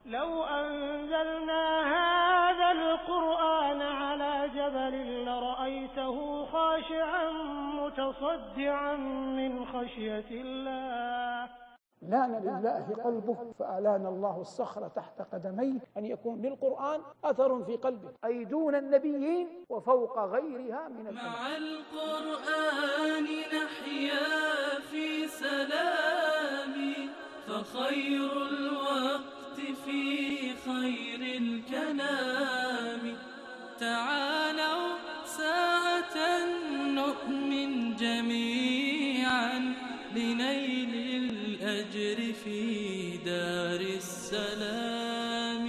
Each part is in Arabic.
لو أنزلنا هذا القرآن على جبل لرأيته خاشعا متصدعا من خشية الله. لان لله قلبه فألان الله الصخر تحت قدميه أن يكون للقرآن أثر في قلبه، أي دون النبيين وفوق غيرها من الأنبياء. مع القرآن نحيا في سلام، فخير الوقت في خير الكلام. تعالوا ساعة نؤمن جميعا لنيل الأجر في دار السلام.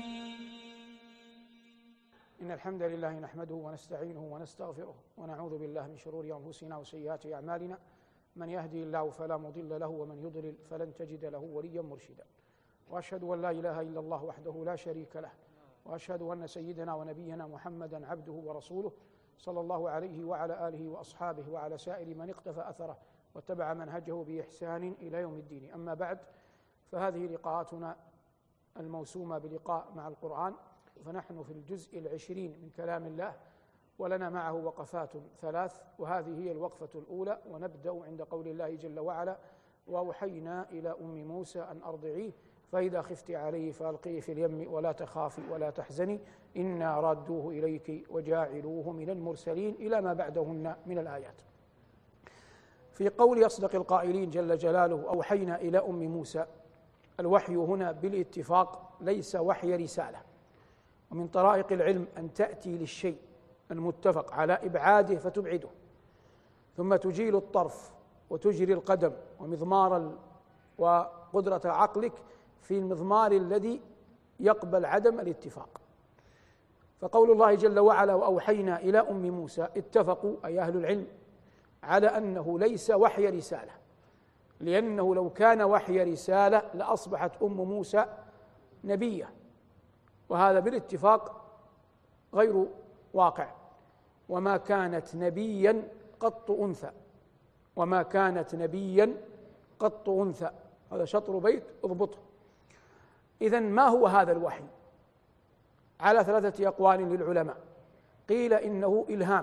إن الحمد لله نحمده ونستعينه ونستغفره ونعوذ بالله من شرور أنفسنا وسيئات أعمالنا، من يهدي الله فلا مضل له ومن يضلل فلن تجد له وليا مرشدا. وأشهد أن لا إله إلا الله وحده لا شريك له، وأشهد أن سيدنا ونبينا محمدا عبده ورسوله صلى الله عليه وعلى آله وأصحابه وعلى سائر من اقتفى أثره واتبع منهجه بإحسان إلى يوم الدين. أما بعد، فهذه لقاءاتنا الموسومة بلقاء مع القرآن، فنحن في الجزء 20 من كلام الله، ولنا معه وقفات 3، وهذه هي الوقفة الأولى. ونبدأ عند قول الله جل وعلا: وأوحينا إلى أم موسى أن أرضعيه فإذا خفت عليه فألقيه في اليم ولا تخافي ولا تحزني إنا رادوه إليك وجاعلوه من المرسلين، إلى ما بعدهن من الآيات. في قول أصدق القائلين جل جلاله: أوحينا إلى أم موسى، الوحي هنا بالاتفاق ليس وحي رسالة، ومن طرائق العلم أن تأتي للشيء المتفق على إبعاده فتبعده، ثم تجيل الطرف وتجري القدم ومضمار وقدرة عقلك في المضمار الذي يقبل عدم الاتفاق. فقول الله جل وعلا: وأوحينا إلى أم موسى، اتفقوا أي أهل العلم على أنه ليس وحي رسالة، لأنه لو كان وحي رسالة لأصبحت أم موسى نبية، وهذا بالاتفاق غير واقع. وما كانت نبيا قط أنثى، وما كانت نبيا قط أنثى، هذا شطر بيت اضبطه. إذن ما هو هذا الوحي؟ على 3 أقوال للعلماء. قيل إنه إلهام،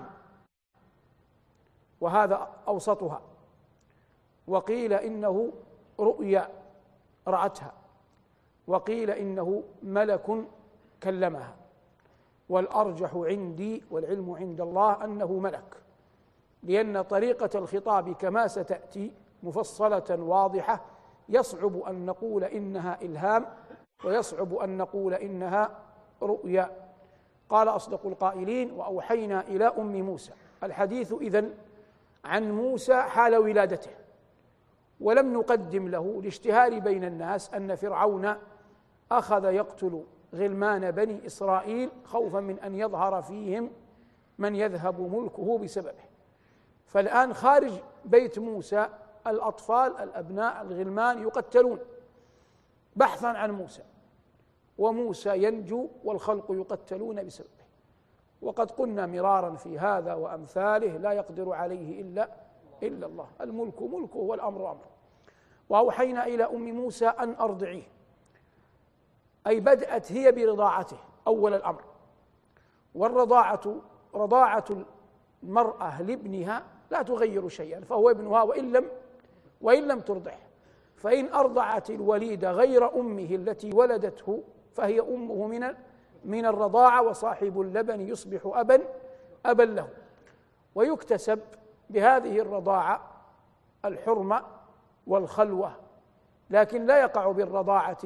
وهذا أوسطها، وقيل إنه رؤيا رأتها، وقيل إنه ملك كلمها، والأرجح عندي والعلم عند الله أنه ملك، لأن طريقة الخطاب كما ستأتي مفصلة واضحة، يصعب أن نقول إنها إلهام، ويصعب أن نقول إنها رؤيا. قال أصدق القائلين: وأوحينا إلى أم موسى. الحديث إذن عن موسى حال ولادته، ولم نقدم له لاشتهار بين الناس أن فرعون أخذ يقتل غلمان بني إسرائيل خوفا من أن يظهر فيهم من يذهب ملكه بسببه. فالآن خارج بيت موسى الأطفال الأبناء الغلمان يقتلون بحثا عن موسى، وموسى ينجو والخلق يقتلون بسببه. وقد قلنا مرارا في هذا وأمثاله: لا يقدر عليه إلا الله، الملك ملكه والأمر أمره. وأوحينا إلى أم موسى أن أرضعيه، أي بدأت هي برضاعته أول الأمر. والرضاعة رضاعة المرأة لابنها لا تغير شيئا، فهو ابنها وإن لم ترضعه. فإن أرضعت الوليد غير أمه التي ولدته فهي أمه من الرضاعة، وصاحب اللبن يصبح أبا له. ويكتسب بهذه الرضاعة الحرمة والخلوة، لكن لا يقع بالرضاعة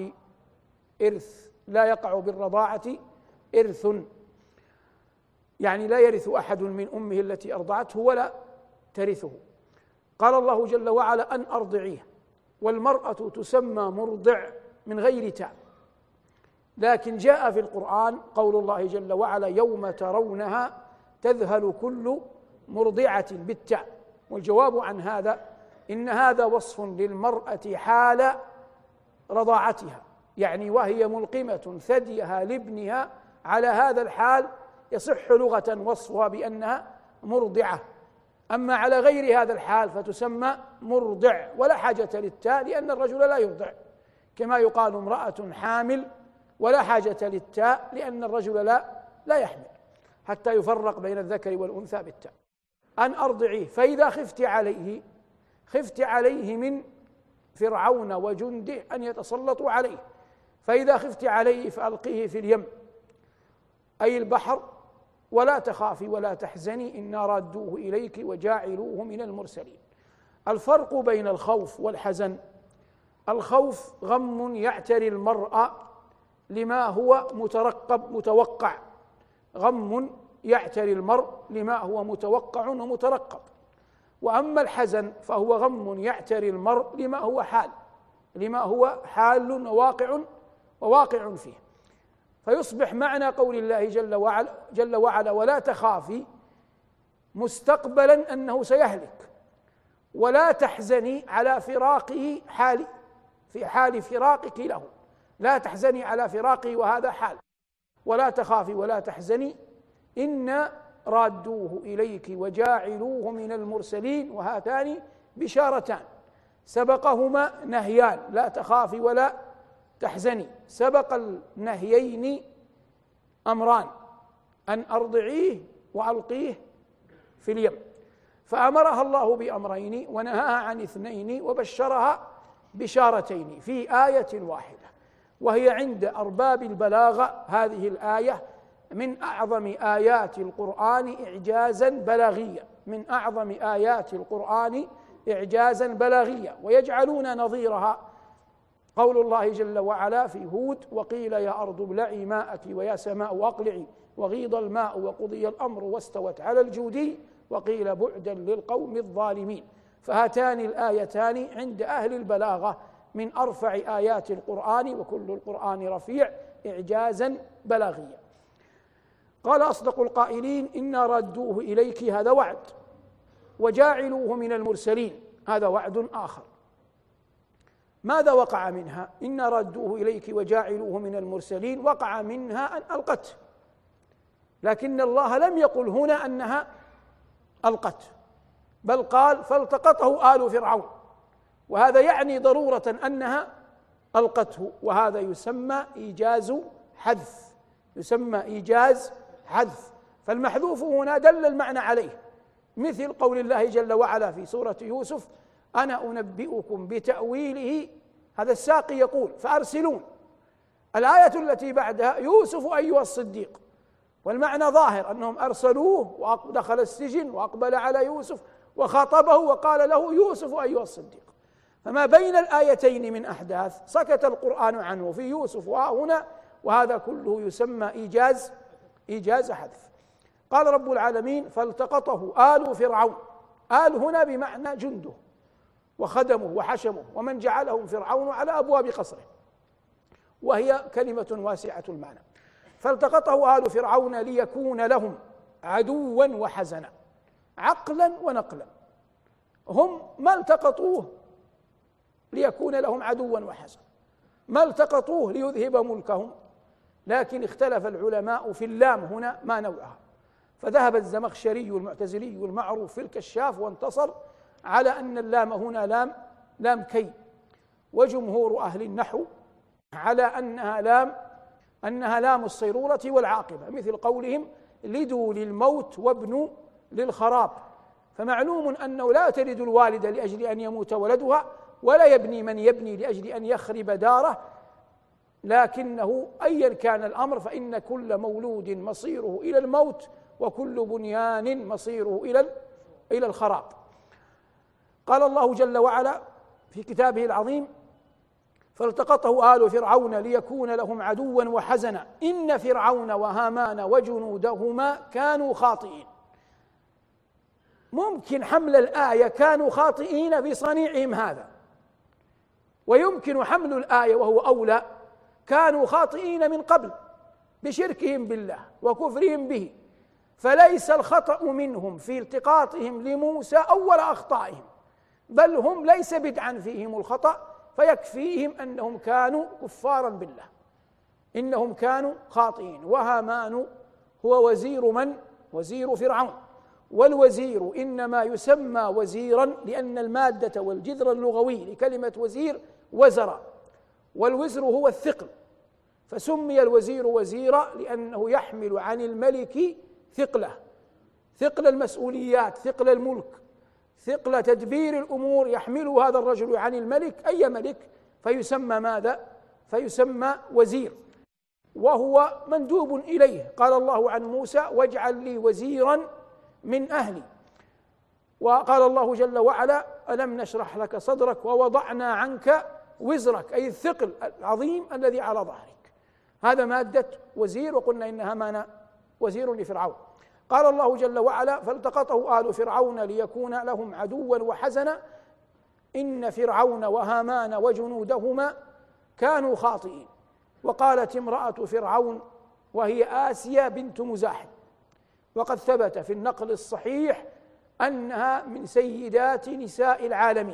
إرث، يعني لا يرث أحد من أمه التي أرضعته ولا ترثه. قال الله جل وعلا: أن أرضعيه. والمرأة تسمى مرضع من غير تاء، لكن جاء في القرآن قول الله جل وعلا: يوم ترونها تذهل كل مرضعة بالتاء. والجواب عن هذا إن هذا وصف للمرأة حال رضاعتها، يعني وهي ملقمة ثديها لابنها على هذا الحال يصح لغة وصفها بأنها مرضعة. أما على غير هذا الحال فتسمى مرضع، ولا حاجة للتاء، لأن الرجل لا يرضع، كما يقال امرأة حامل ولا حاجة للتاء لأن الرجل لا يحمل حتى يفرق بين الذكر والأنثى بالتاء. أن أرضعيه فإذا خفت عليه من فرعون وجنده أن يتسلطوا عليه، فإذا خفت عليه فألقيه في اليم أي البحر ولا تخافي ولا تحزني إنا رادوه إليك وجاعلوه من المرسلين. الفرق بين الخوف والحزن: الخوف غم يعتري المرء لما هو متوقع، غم يعتري المرء لما هو متوقع ومترقب. وأما الحزن فهو غم يعتري المرء لما هو حال وواقع فيه. فيصبح معنى قول الله جل وعلا ولا تخافي مستقبلا أنه سيهلك، ولا تحزني على فراقه في حال فراقك له، لا تحزني على فراقه وهذا حال، ولا تخافي ولا تحزني إنا رادوه إليك وجاعلوه من المرسلين. وهاتان بشارتان سبقهما نهيان: لا تخافي ولا تحزني. سبق النهيين أمران: أن أرضعيه وألقيه في اليم، فأمرها الله بأمرين ونهاها عن اثنين وبشرها بشارتين في آية واحدة. وهي عند أرباب البلاغة هذه الآية من أعظم آيات القرآن إعجازا بلاغيا، من أعظم آيات القرآن إعجازا بلاغيا. ويجعلون نظيرها قول الله جل وعلا في هود: وقيل يا أرض ابلعي ماءك ويا سماء أقلعي وغيض الماء وقضي الأمر واستوت على الجودي وقيل بعدا للقوم الظالمين. فهاتان الآيتان عند أهل البلاغة من أرفع آيات القرآن، وكل القرآن رفيع إعجازا بلاغيا. قال أصدق القائلين: إنا ردوه إليك، هذا وعد، وجاعلوه من المرسلين، هذا وعد آخر. ماذا وقع منها؟ إنا ردوه إليك وجاعلوه من المرسلين، وقع منها أن ألقته، لكن الله لم يقل هنا أنها ألقته، بل قال فالتقطه آل فرعون، وهذا يعني ضرورة أنها ألقته، وهذا يسمى إيجاز حذف، فالمحذوف هنا دل المعنى عليه، مثل قول الله جل وعلا في سورة يوسف: أنا أنبئكم بتأويله، هذا الساقي يقول فأرسلون. الآية التي بعدها: يوسف أيها الصديق، والمعنى ظاهر أنهم أرسلوه ودخل السجن وأقبل على يوسف وخاطبه وقال له: يوسف أيها الصديق. فما بين الآيتين من أحداث سكت القرآن عنه في يوسف وهنا، وهذا كله يسمى إيجاز حذف. قال رب العالمين: فالتقطه آل فرعون. آل هنا بمعنى جنده وخدمه وحشمه ومن جعلهم فرعون على أبواب قصره، وهي كلمة واسعة المعنى. فالتقطه آل فرعون ليكون لهم عدوا وحزنا، عقلا ونقلا. هم ما التقطوه ليكون لهم عدوا وحزنا، ما التقطوه ليذهب ملكهم، لكن اختلف العلماء في اللام هنا ما نوعها، فذهب الزمخشري المعتزلي المعروف في الكشاف وانتصر على أن اللام هنا لام كي، وجمهور أهل النحو على أنها لام الصيرورة والعاقبة، مثل قولهم: لدوا للموت وابنوا للخراب. فمعلوم أنه لا تلد الوالدة لأجل أن يموت ولدها، ولا يبني من يبني لأجل أن يخرب داره، لكنه أيا كان الأمر فإن كل مولود مصيره إلى الموت، وكل بنيان مصيره إلى الخراب. قال الله جل وعلا في كتابه العظيم: فالتقطه آل فرعون ليكون لهم عدوا وحزنا إن فرعون وهامان وجنودهما كانوا خاطئين. ممكن حمل الآية كانوا خاطئين بصنيعهم هذا، ويمكن حمل الآية وهو أولى كانوا خاطئين من قبل بشركهم بالله وكفرهم به، فليس الخطأ منهم في التقاطهم لموسى أول أخطائهم، بل هم ليس بدعا فيهم الخطأ، فيكفيهم أنهم كانوا كفارا بالله، إنهم كانوا خاطئين. وهامان هو وزير فرعون، والوزير إنما يسمى وزيرا لأن المادة والجذر اللغوي لكلمة وزير وزر، والوزر هو الثقل، فسمي الوزير وزيرا لأنه يحمل عن الملك ثقله، ثقل المسؤوليات، ثقل الملك، ثقل تدبير الأمور يحمله هذا الرجل عن الملك، أي ملك، فيسمى ماذا؟ فيسمى وزير، وهو مندوب إليه. قال الله عن موسى: واجعل لي وزيرا من أهلي. وقال الله جل وعلا: ألم نشرح لك صدرك ووضعنا عنك وزرك، أي الثقل العظيم الذي على ظهرك. هذا مادة وزير، وقلنا إن هامان وزير لفرعون. قال الله جل وعلا: فالتقطه آل فرعون ليكون لهم عدوا وحزنا إن فرعون وهامان وجنودهما كانوا خاطئين. وقالت امرأة فرعون وهي آسيا بنت مزاحم، وقد ثبت في النقل الصحيح أنها من سيدات نساء العالمين.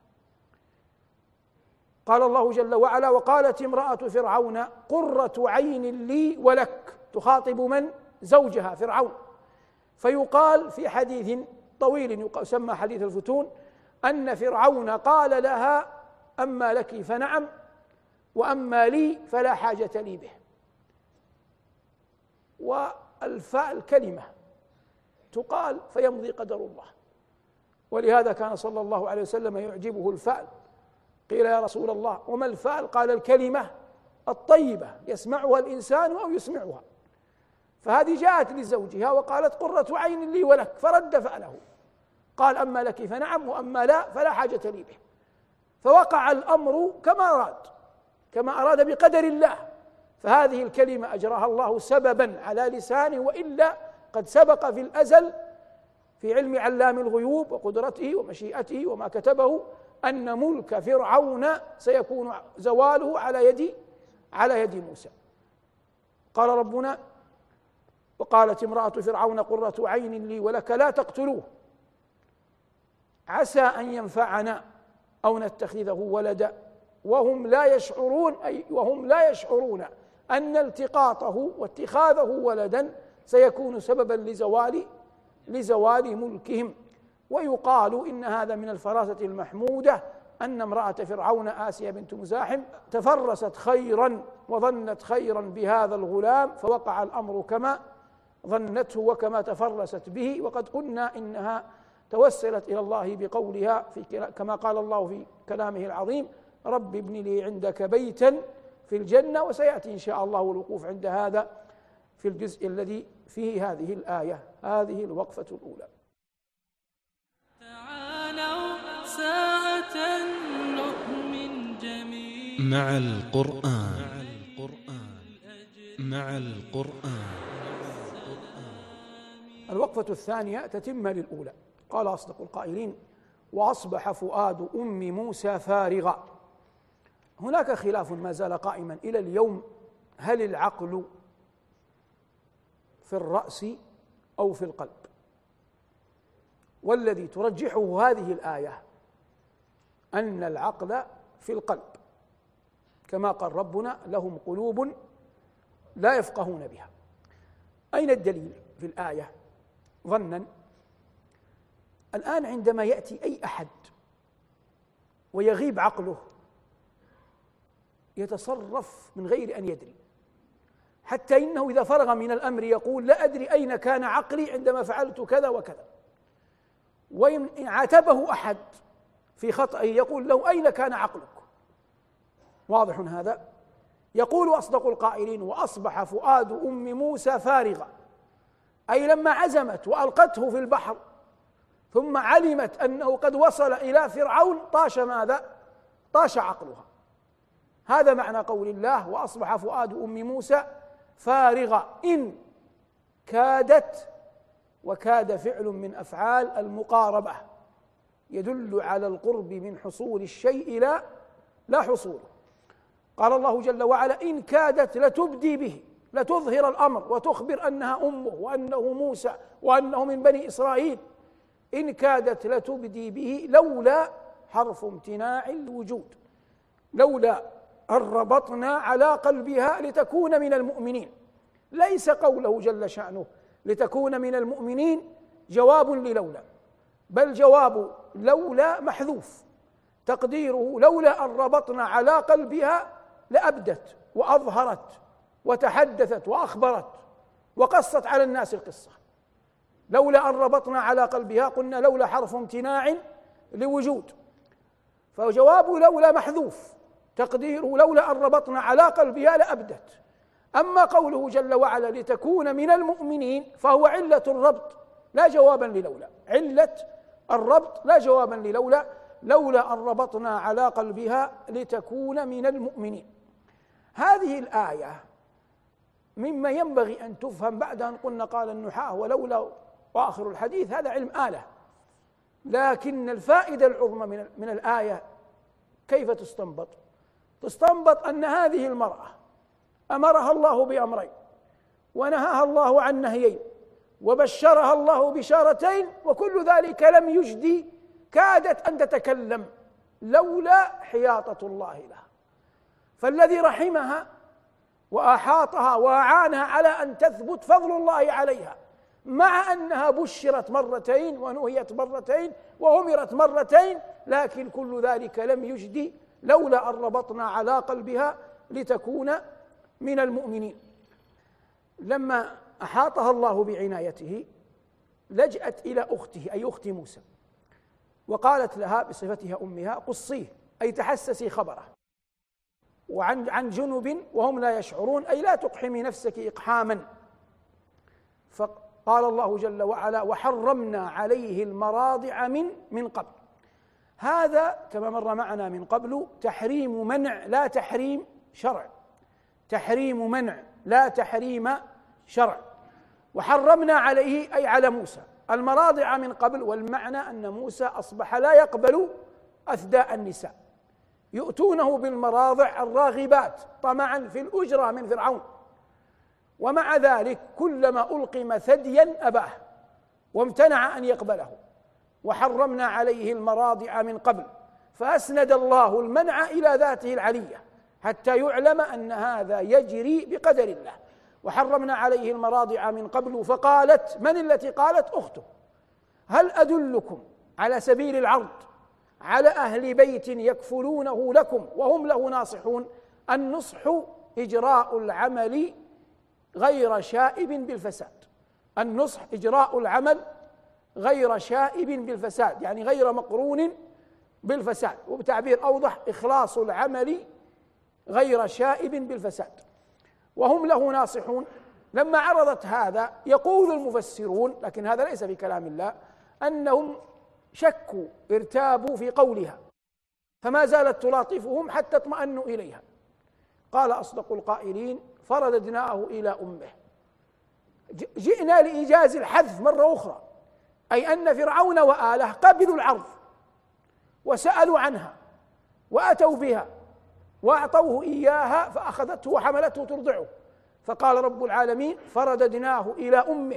قال الله جل وعلا: وقالت امرأة فرعون قرة عين لي ولك، تخاطب من؟ زوجها فرعون. فيقال في حديث طويل يسمى حديث الفتون أن فرعون قال لها: أما لك فنعم، وأما لي فلا حاجة لي به. والفاء الكلمة تقال فيمضي قدر الله، ولهذا كان صلى الله عليه وسلم يعجبه الفأل. قيل: يا رسول الله وما الفأل؟ قال: الكلمة الطيبة يسمعها الإنسان أو يسمعها. فهذه جاءت لزوجها وقالت: قرة عين لي ولك، فرد فأله، قال: أما لك فنعم، وأما لا فلا حاجة لي به. فوقع الأمر كما أراد بقدر الله. فهذه الكلمة أجراها الله سببا على لسانه، وإلا قد سبق في الأزل في علم علام الغيوب وقدرته ومشيئته وما كتبه أن ملك فرعون سيكون زواله على يد موسى. قال ربنا: وقالت امرأة فرعون قرة عين لي ولك لا تقتلوه عسى أن ينفعنا أو نتخذه ولدا وهم لا يشعرون أن التقاطه واتخاذه ولدا سيكون سببا لزوال ملكهم. ويقال إن هذا من الفراسة المحمودة أن امرأة فرعون آسيا بنت مزاحم تفرست خيرا وظنت خيرا بهذا الغلام، فوقع الأمر كما ظنته وكما تفرست به. وقد قلنا إنها توسلت إلى الله بقولها كما قال الله في كلامه العظيم: رب ابن لي عندك بيتا في الجنة. وسيأتي إن شاء الله الوقوف عند هذا في الجزء الذي فيه هذه الآية. هذه الوقفة الأولى. تعالوا ساعة نؤمن جميعا مع القرآن. الوقفة الثانية تتم للأولى. قال أصدق القائلين: وأصبح فؤاد أم موسى فارغا. هناك خلاف ما زال قائما إلى اليوم: هل العقل في الرأس أو في القلب؟ والذي ترجحه هذه الآية أن العقل في القلب، كما قال ربنا: لهم قلوب لا يفقهون بها. أين الدليل في الآية؟ ظنا الآن عندما يأتي أي أحد ويغيب عقله يتصرف من غير أن يدري، حتى إنه إذا فرغ من الأمر يقول: لا أدري أين كان عقلي عندما فعلت كذا وكذا. وإن عاتبه أحد في خطأه يقول له: أين كان عقلك؟ واضح هذا؟ يقول أصدق القائلين: وأصبح فؤاد أم موسى فارغا، أي لما عزمت وألقته في البحر ثم علمت أنه قد وصل إلى فرعون طاش ماذا؟ طاش عقلها. هذا معنى قول الله: وأصبح فؤاد أم موسى فارغا. إن كادت، وكاد فعل من أفعال المقاربة يدل على القرب من حصول الشيء لا حصوله. قال الله جل وعلا: إن كادت لتبدي به، لتظهر الأمر وتخبر أنها أمه وأنه موسى وأنه من بني إسرائيل. إن كادت لتبدي به، لولا حرف امتناع الوجود، لولا أن ربطنا على قلبها لتكون من المؤمنين. ليس قوله جل شأنه لتكون من المؤمنين جواب للولا، بل جواب لولا محذوف، تقديره: لولا أن ربطنا على قلبها لأبدت وأظهرت وتحدثت وأخبرت وقصت على الناس القصة. لولا أن ربطنا على قلبها، قلنا لولا حرف امتناع لوجود، فجواب لولا محذوف، تقديره لولا أن ربطنا على قلبها لأبدت. أما قوله جل وعلا لتكون من المؤمنين فهو علة الربط لا جوابا للولا، علة الربط لا جوابا للولا، لولا أن ربطنا على قلبها لتكون من المؤمنين. هذه الآية مما ينبغي أن تفهم بعد أن قلنا قال النحاة ولولا وآخر الحديث، هذا علم آلة، لكن الفائدة العظمى من الآية كيف تستنبط؟ تستنبط أن هذه المرأة أمرها الله بأمرين ونهاها الله عن نهيين وبشرها الله بشارتين، وكل ذلك لم يجدي، كادت أن تتكلم لولا حياطة الله لها. فالذي رحمها وأحاطها وأعانها على أن تثبت فضل الله عليها، مع أنها بشرت مرتين ونهيت مرتين وأمرت مرتين، لكن كل ذلك لم يجدي لولا أن ربطنا على قلبها لتكون من المؤمنين. لما أحاطها الله بعنايته لجأت إلى أخته أي أخت موسى، وقالت لها بصفتها أمها قصيه أي تحسسي خبره، وعن جنب وهم لا يشعرون أي لا تقحمي نفسك إقحاما. فقال الله جل وعلا وحرمنا عليه المراضع من قبل. هذا كما مر معنا من قبل تحريم منع لا تحريم شرع، تحريم منع لا تحريم شرع. وحرمنا عليه أي على موسى المراضع من قبل، والمعنى أن موسى أصبح لا يقبل أثداء النساء، يؤتونه بالمراضع الراغبات طمعا في الأجرة من فرعون، ومع ذلك كلما ألقم ثديا أباه وامتنع أن يقبله. وحرمنا عليه المراضع من قبل، فأسند الله المنع إلى ذاته العلية حتى يعلم أن هذا يجري بقدر الله. وحرمنا عليه المراضع من قبل. فقالت، من التي قالت؟ أخته، هل أدلكم على سبيل العرض على أهل بيت يكفلونه لكم وهم له ناصحون؟ النصح إجراء العمل غير شائب بالفساد، النصح إجراء العمل غير شائب بالفساد، يعني غير مقرون بالفساد، وبتعبير أوضح إخلاص العمل غير شائب بالفساد وهم له ناصحون. لما عرضت هذا يقول المفسرون، لكن هذا ليس في كلام الله، أنهم شكوا ارتابوا في قولها، فما زالت تلاطفهم حتى اطمأنوا إليها. قال أصدق القائلين فرددناه إلى أمه. جئنا لإيجاز الحذف مرة أخرى، أي أن فرعون وآله قبلوا العرض وسألوا عنها وأتوا بها وأعطوه إياها فأخذته وحملته ترضعه، فقال رب العالمين فرددناه إلى أمه.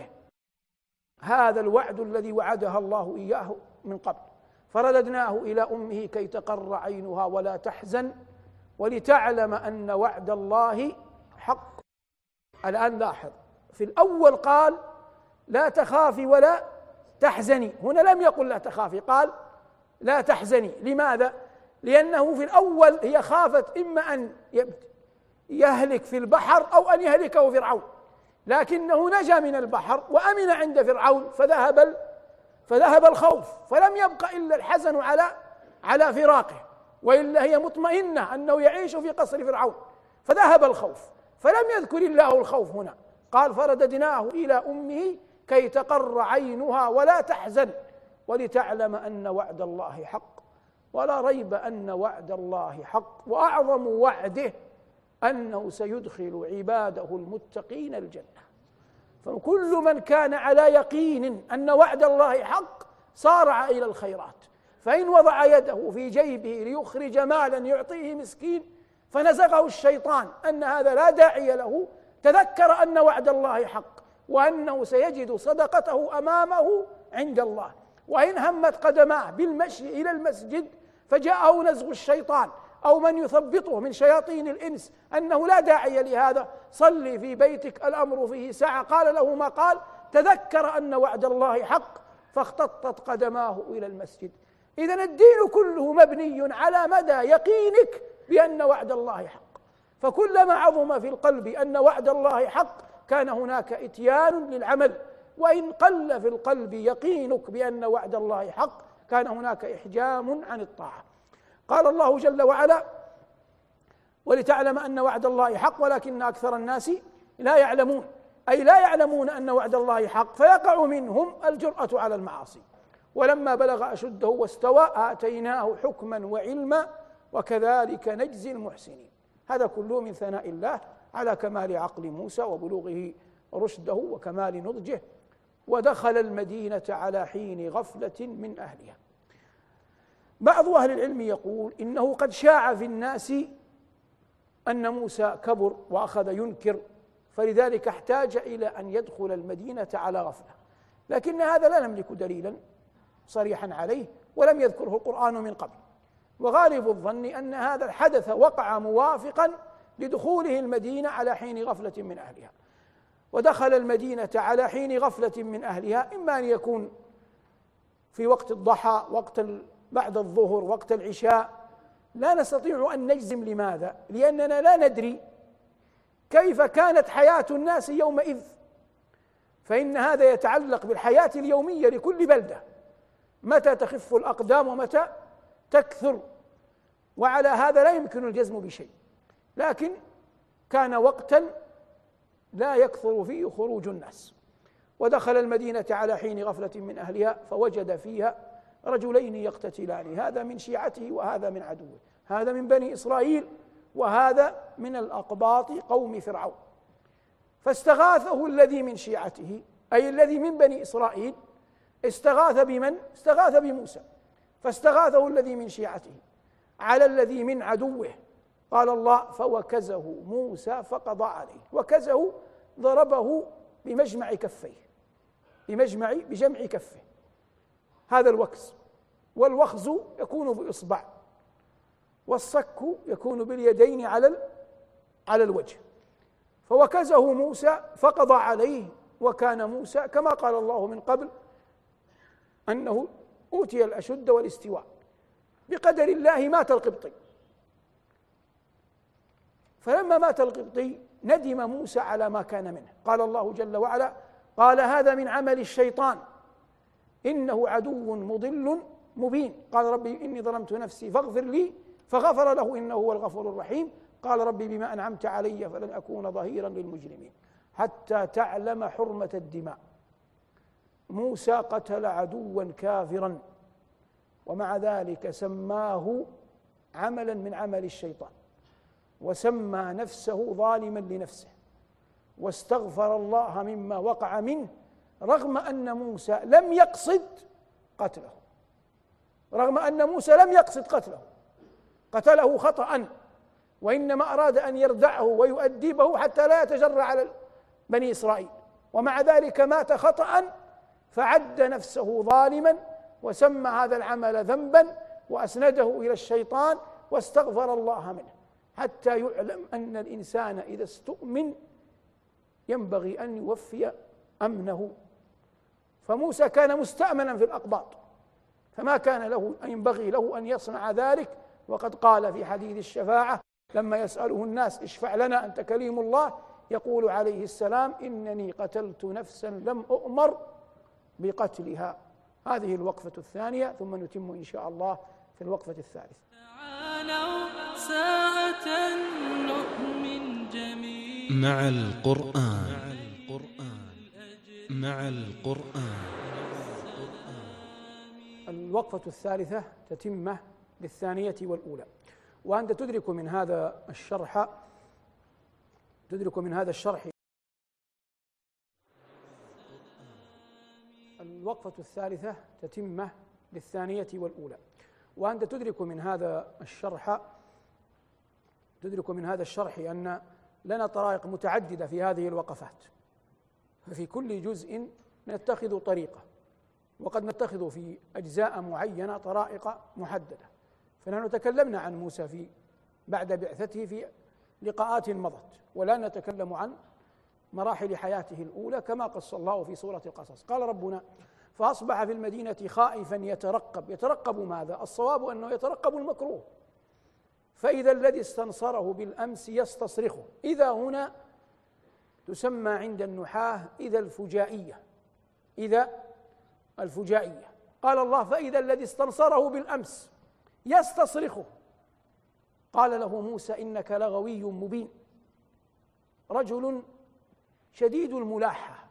هذا الوعد الذي وعدها الله إياه من قبل، فرددناه إلى أمه كي تقر عينها ولا تحزن ولتعلم أن وعد الله حق. الآن لاحظ، في الأول قال لا تخافي ولا تحزني، هنا لم يقل لا تخافي، قال لا تحزني. لماذا؟ لأنه في الأول هي خافت إما أن يهلك في البحر أو أن يهلكه فرعون، لكنه نجا من البحر وأمن عند فرعون فذهب الخوف، فلم يبق إلا الحزن على فراقه، وإلا هي مطمئنة أنه يعيش في قصر فرعون، فذهب الخوف، فلم يذكر الله الخوف هنا، قال فرددناه إلى أمه كي تقر عينها ولا تحزن ولتعلم أن وعد الله حق. ولا ريب أن وعد الله حق، وأعظم وعده أنه سيدخل عباده المتقين الجنة. فكل من كان على يقين أن وعد الله حق صارع إلى الخيرات، فإن وضع يده في جيبه ليخرج مالا يعطيه مسكين فنزغه الشيطان أن هذا لا داعي له، تذكر أن وعد الله حق وأنه سيجد صدقته أمامه عند الله. وإن همت قدماه بالمشي إلى المسجد فجاءه نزغ الشيطان أو من يثبطه من شياطين الإنس أنه لا داعي لهذا، صلي في بيتك الأمر فيه ساعة، قال له ما قال، تذكر أن وعد الله حق فاختطت قدماه إلى المسجد. إذن الدين كله مبني على مدى يقينك بأن وعد الله حق. فكلما عظم في القلب أن وعد الله حق كان هناك إتيان للعمل، وإن قل في القلب يقينك بأن وعد الله حق كان هناك إحجام عن الطاعة. قال الله جل وعلا: ولتعلم أن وعد الله حق ولكن أكثر الناس لا يعلمون، أي لا يعلمون أن وعد الله حق فيقع منهم الجرأة على المعاصي. ولما بلغ أشده واستوى آتيناه حكما وعلما وكذلك نجزي المحسنين. هذا كله من ثناء الله على كمال عقل موسى وبلوغه رشده وكمال نضجه. ودخل المدينة على حين غفلة من أهلها. بعض أهل العلم يقول إنه قد شاع في الناس أن موسى كبر وأخذ ينكر، فلذلك احتاج إلى أن يدخل المدينة على غفلة، لكن هذا لا نملك دليلا صريحا عليه ولم يذكره القرآن من قبل. وغالب الظن أن هذا الحدث وقع موافقا لدخوله المدينة على حين غفلة من أهلها. ودخل المدينة على حين غفلة من أهلها، إما أن يكون في وقت الضحى، وقت بعد الظهر، وقت العشاء، لا نستطيع أن نجزم. لماذا؟ لأننا لا ندري كيف كانت حياة الناس يومئذ، فإن هذا يتعلق بالحياة اليومية لكل بلدة، متى تخف الأقدام ومتى تكثر، وعلى هذا لا يمكن الجزم بشيء. لكن كان وقتا لا يكثر فيه خروج الناس. ودخل المدينة على حين غفلة من أهلها فوجد فيها رجلين يقتتلان، هذا من شيعته وهذا من عدوه، هذا من بني إسرائيل وهذا من الأقباط قوم فرعون. فاستغاثه الذي من شيعته، أي الذي من بني إسرائيل، استغاث بمن؟ استغاث بموسى. فاستغاثه الذي من شيعته على الذي من عدوه. قال الله: فوكزه موسى فقضى عليه. وكزه ضربه بمجمع كفيه، بجمع كفه، هذا الوكز. والوخز يكون بإصبع، والصك يكون باليدين على الوجه. فوكزه موسى فقضى عليه، وكان موسى كما قال الله من قبل أنه أوتي الأشد والاستواء. بقدر الله مات القبطي. فلما مات القبطي ندم موسى على ما كان منه. قال الله جل وعلا: قال هذا من عمل الشيطان إنه عدو مضل مبين. قال ربي إني ظلمت نفسي فاغفر لي، فغفر له إنه هو الغفور الرحيم. قال ربي بما أنعمت علي فلن أكون ظهيرا للمجرمين. حتى تعلم حرمة الدماء. موسى قتل عدوا كافرا، ومع ذلك سماه عملا من عمل الشيطان، وسمى نفسه ظالما لنفسه، واستغفر الله مما وقع منه، رغم أن موسى لم يقصد قتله، رغم أن موسى لم يقصد قتله، قتله خطأ، وإنما أراد أن يردعه ويؤدبه حتى لا يتجرأ على بني إسرائيل، ومع ذلك مات خطأ، فعد نفسه ظالما وسمى هذا العمل ذنبا وأسنده إلى الشيطان واستغفر الله منه، حتى يعلم أن الإنسان إذا استؤمن ينبغي أن يوفي أمنه. فموسى كان مستأمنا في الأقباط، فما كان له أن ينبغي له أن يصنع ذلك. وقد قال في حديث الشفاعة لما يسأله الناس: اشفع لنا أنت كليم الله، يقول عليه السلام: إنني قتلت نفسا لم أؤمر بقتلها. هذه الوقفة الثانية، ثم نتم إن شاء الله في الوقفة الثالثة. تعالوا ساعة نؤمن جميعا مع القرآن. مع القرآن. الوقفة الثالثة تتمة للثانية والأولى. وأنت تدرك من هذا الشرح الوقفة الثالثة تتمة للثانية والأولى. وأنت تدرك من هذا الشرح أن لنا طرائق متعددة في هذه الوقفات، ففي كل جزء نتخذ طريقة، وقد نتخذ في أجزاء معينة طرائق محددة. فنحن تكلمنا عن موسى بعد بعثته في لقاءات مضت، ولا نتكلم عن مراحل حياته الأولى كما قص الله في سورة القصص. قال ربنا: فأصبح في المدينة خائفا يترقب. يترقب ماذا؟ الصواب أنه يترقب المكروه، فإذا الذي استنصره بالأمس يستصرخه. إذا هنا تسمى عند النحاة إذا الفجائية، إذا الفجائية. قال الله: فإذا الذي استنصره بالأمس يستصرخه. قال له موسى: إنك لغوي مبين، رجل شديد الملاحة،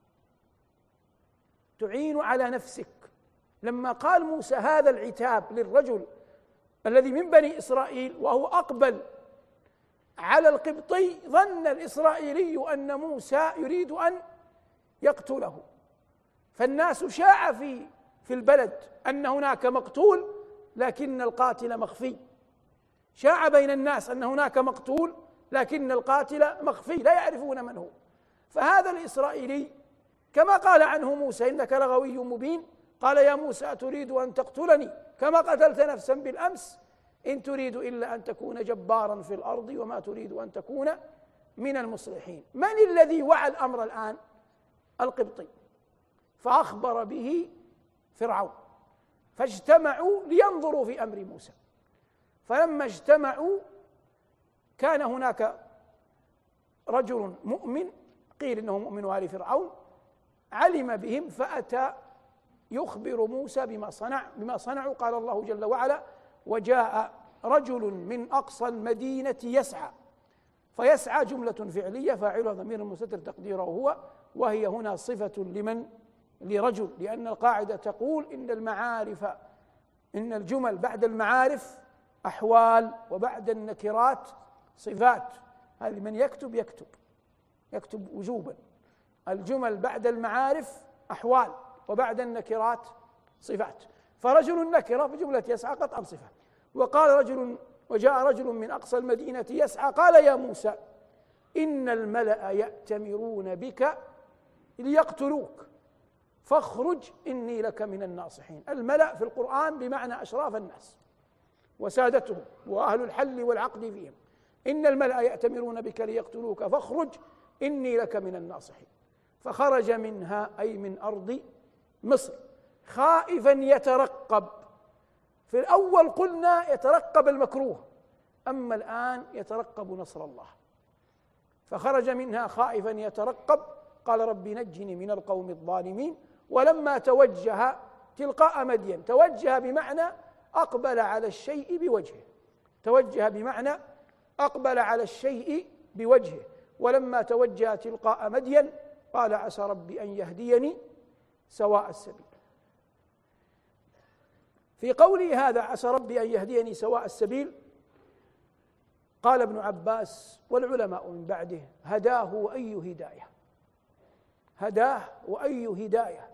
تعين على نفسك. لما قال موسى هذا العتاب للرجل الذي من بني إسرائيل وهو أقبل على القبطي، ظن الإسرائيلي أن موسى يريد أن يقتله، فالناس شاع في البلد أن هناك مقتول لكن القاتل مخفي، شاع بين الناس أن هناك مقتول لكن القاتل مخفي، لا يعرفون من هو. فهذا الإسرائيلي كما قال عنه موسى: إنك لغوي مبين، قال: يا موسى أتريد أن تقتلني كما قتلت نفسا بالأمس؟ إن تريد إلا أن تكون جبارا في الأرض وما تريد أن تكون من المصلحين. من الذي وعى الأمر الآن؟ القبطي. فأخبر به فرعون، فاجتمعوا لينظروا في أمر موسى. فلما اجتمعوا كان هناك رجل مؤمن، قيل إنه مؤمن آل فرعون، علم بهم فأتى يخبر موسى بما صنعوا. قال الله جل وعلا: وجاء رجل من أقصى المدينة يسعى. فيسعى جملة فعلية فاعلها ضمير مستتر تقديره هو، وهي هنا صفة لرجل، لأن القاعدة تقول إن الجمل بعد المعارف أحوال وبعد النكرات صفات. هذه من يكتب وجوبا. الجمل بعد المعارف أحوال وبعد النكرات صفات. فرجل نكرة في جملة يسعى قطعا صفة. وجاء رجل من أقصى المدينة يسعى قال: يا موسى إن الملأ يأتمرون بك ليقتلوك فاخرج إني لك من الناصحين. الملأ في القرآن بمعنى أشراف الناس وسادتهم وأهل الحل والعقد فيهم. إن الملأ يأتمرون بك ليقتلوك فاخرج إني لك من الناصحين. فخرج منها أي من أرض مصر خائفا يترقب. في الأول قلنا يترقب المكروه، أما الآن يترقب نصر الله. فخرج منها خائفا يترقب قال: رب نجني من القوم الظالمين. ولما توجه تلقاء مدين، توجه بمعنى أقبل على الشيء بوجهه، توجه بمعنى أقبل على الشيء بوجهه. ولما توجه تلقاء مدين قال: عسى ربي أن يهديني سواء السبيل. في قوله هذا عسى ربي أن يهديني سواء السبيل، قال ابن عباس والعلماء من بعده: هداه وأي هداية، هداه وأي هداية.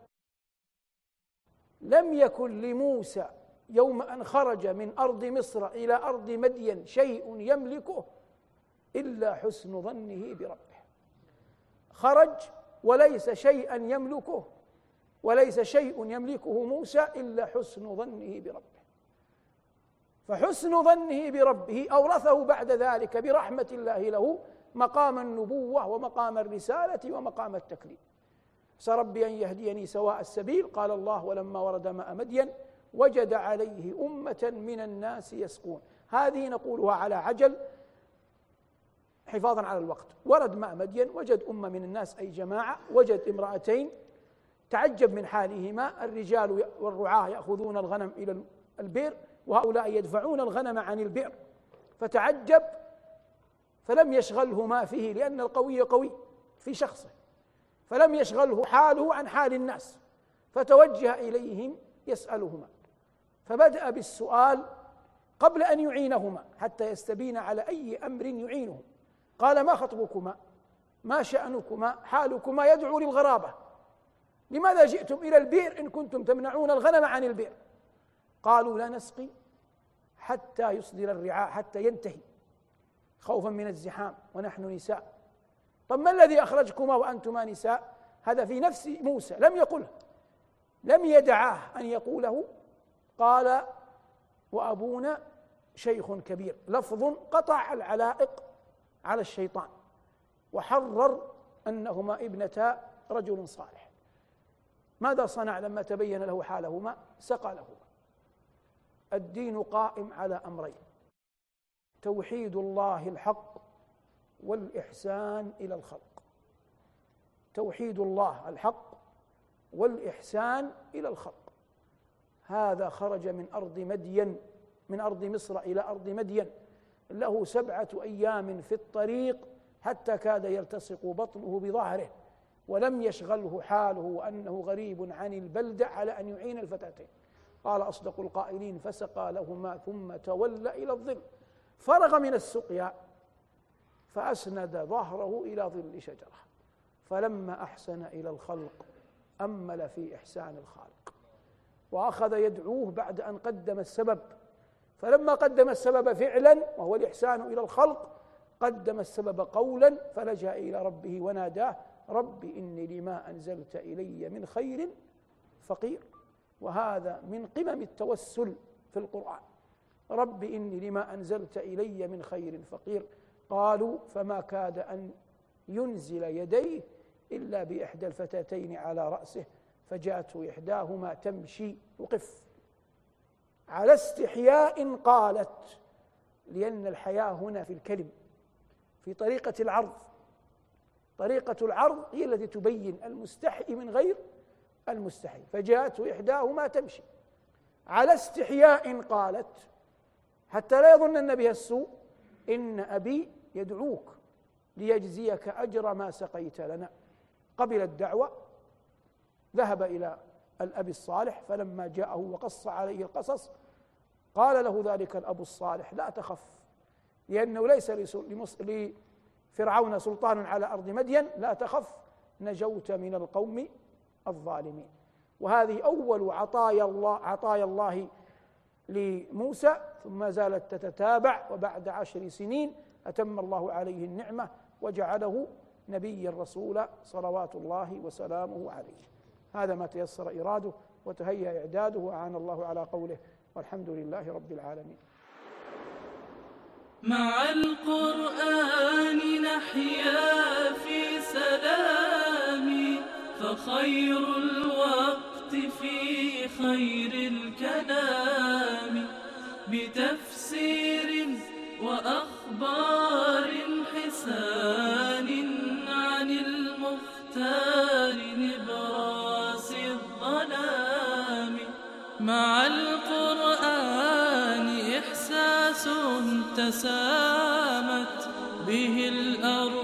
لم يكن لموسى يوم أن خرج من أرض مصر إلى أرض مدين شيء يملكه إلا حسن ظنه بربه. خرج وليس شيئا يملكه، وليس شيء يملكه موسى إلا حسن ظنه بربه. فحسن ظنه بربه أورثه بعد ذلك برحمة الله له مقام النبوة ومقام الرسالة ومقام التكليف. عسى ربي أن يهديني سواء السبيل. قال الله: ولما ورد ماء مدين وجد عليه أمة من الناس يسقون. هذه نقولها على عجل حفاظا على الوقت. ورد ماء مدين، وجد أمة من الناس أي جماعة، وجد امرأتين تعجب من حالهما. الرجال والرعاة يأخذون الغنم إلى البئر وهؤلاء يدفعون الغنم عن البئر، فتعجب فلم يشغله ما فيه، لأن القوي قوي في شخصه، فلم يشغله حاله عن حال الناس، فتوجه إليهم يسألهما، فبدأ بالسؤال قبل أن يعينهما حتى يستبين على أي أمر يعينهم. قال: ما خطبكما؟ ما شأنكما؟ حالكما يدعو للغرابة. لماذا جئتم إلى البئر إن كنتم تمنعون الغنم عن البئر؟ قالوا: لا نسقي حتى يصدر الرعاء، حتى ينتهي، خوفا من الزحام ونحن نساء. طب ما الذي أخرجكما وأنتما نساء؟ هذا في نفس موسى لم يقله، لم يدعاه أن يقوله. قال: وأبونا شيخ كبير. لفظ قطع العلائق على الشيطان وحرر أنهما ابنتا رجل صالح. ماذا صنع لما تبين له حالهما؟ سقى لهما. الدين قائم على أمرين: توحيد الله الحق والإحسان إلى الخلق. توحيد الله الحق والإحسان إلى الخلق. هذا خرج من أرض مدين، من أرض مصر إلى أرض مدين، له 7 أيام في الطريق حتى كاد يلتصق بطنه بظهره، ولم يشغله حاله وأنه غريب عن البلدة على أن يعين الفتاتين. قال أصدق القائلين: فسقى لهما ثم تولى إلى الظل، فرغ من السقيا فأسند ظهره إلى ظل شجرة، فلما أحسن إلى الخلق أمل في إحسان الخالق، وأخذ يدعوه بعد أن قدم السبب. فلما قدم السبب فعلا وهو الإحسان إلى الخلق، قدم السبب قولا، فلجأ إلى ربه وناداه: رب إني لما أنزلت إلي من خير فقير. وهذا من قمم التوسل في القرآن: رب إني لما أنزلت إلي من خير فقير. قالوا: فما كاد أن ينزل يديه إلا بإحدى الفتاتين على رأسه، فجاءته إحداهما تمشي. وقف على استحياء قالت، لأن الحياة هنا في الكلم، في طريقة العرض. طريقة العرض هي التي تبين المستحي من غير المستحي. فجاءته إحداهما تمشي على استحياء قالت، حتى لا يظن بها السوء: إن أبي يدعوك ليجزيك أجر ما سقيت لنا. قبل الدعوة، ذهب إلى الأب الصالح، فلما جاءه وقص عليه القصص قال له ذلك الأب الصالح: لا تخف، لأنه ليس لفرعون سلطان على أرض مدين، لا تخف، نجوت من القوم الظالمين. وهذه أول عطايا الله لموسى، ثم زالت تتتابع، وبعد 10 سنين أتم الله عليه النعمة وجعله نبيا رسولا صلوات الله وسلامه عليه. هذا ما تيسر إراده وتهيأ إعداده، وأعان الله على قوله، والحمد لله رب العالمين. مع القرآن نحيا في سلام، فخير الوقت في خير الكلام، بتفسير وأخبار حسان عن المختار نبراس الظلام. مع القرآن إحساس تسامت به الأرض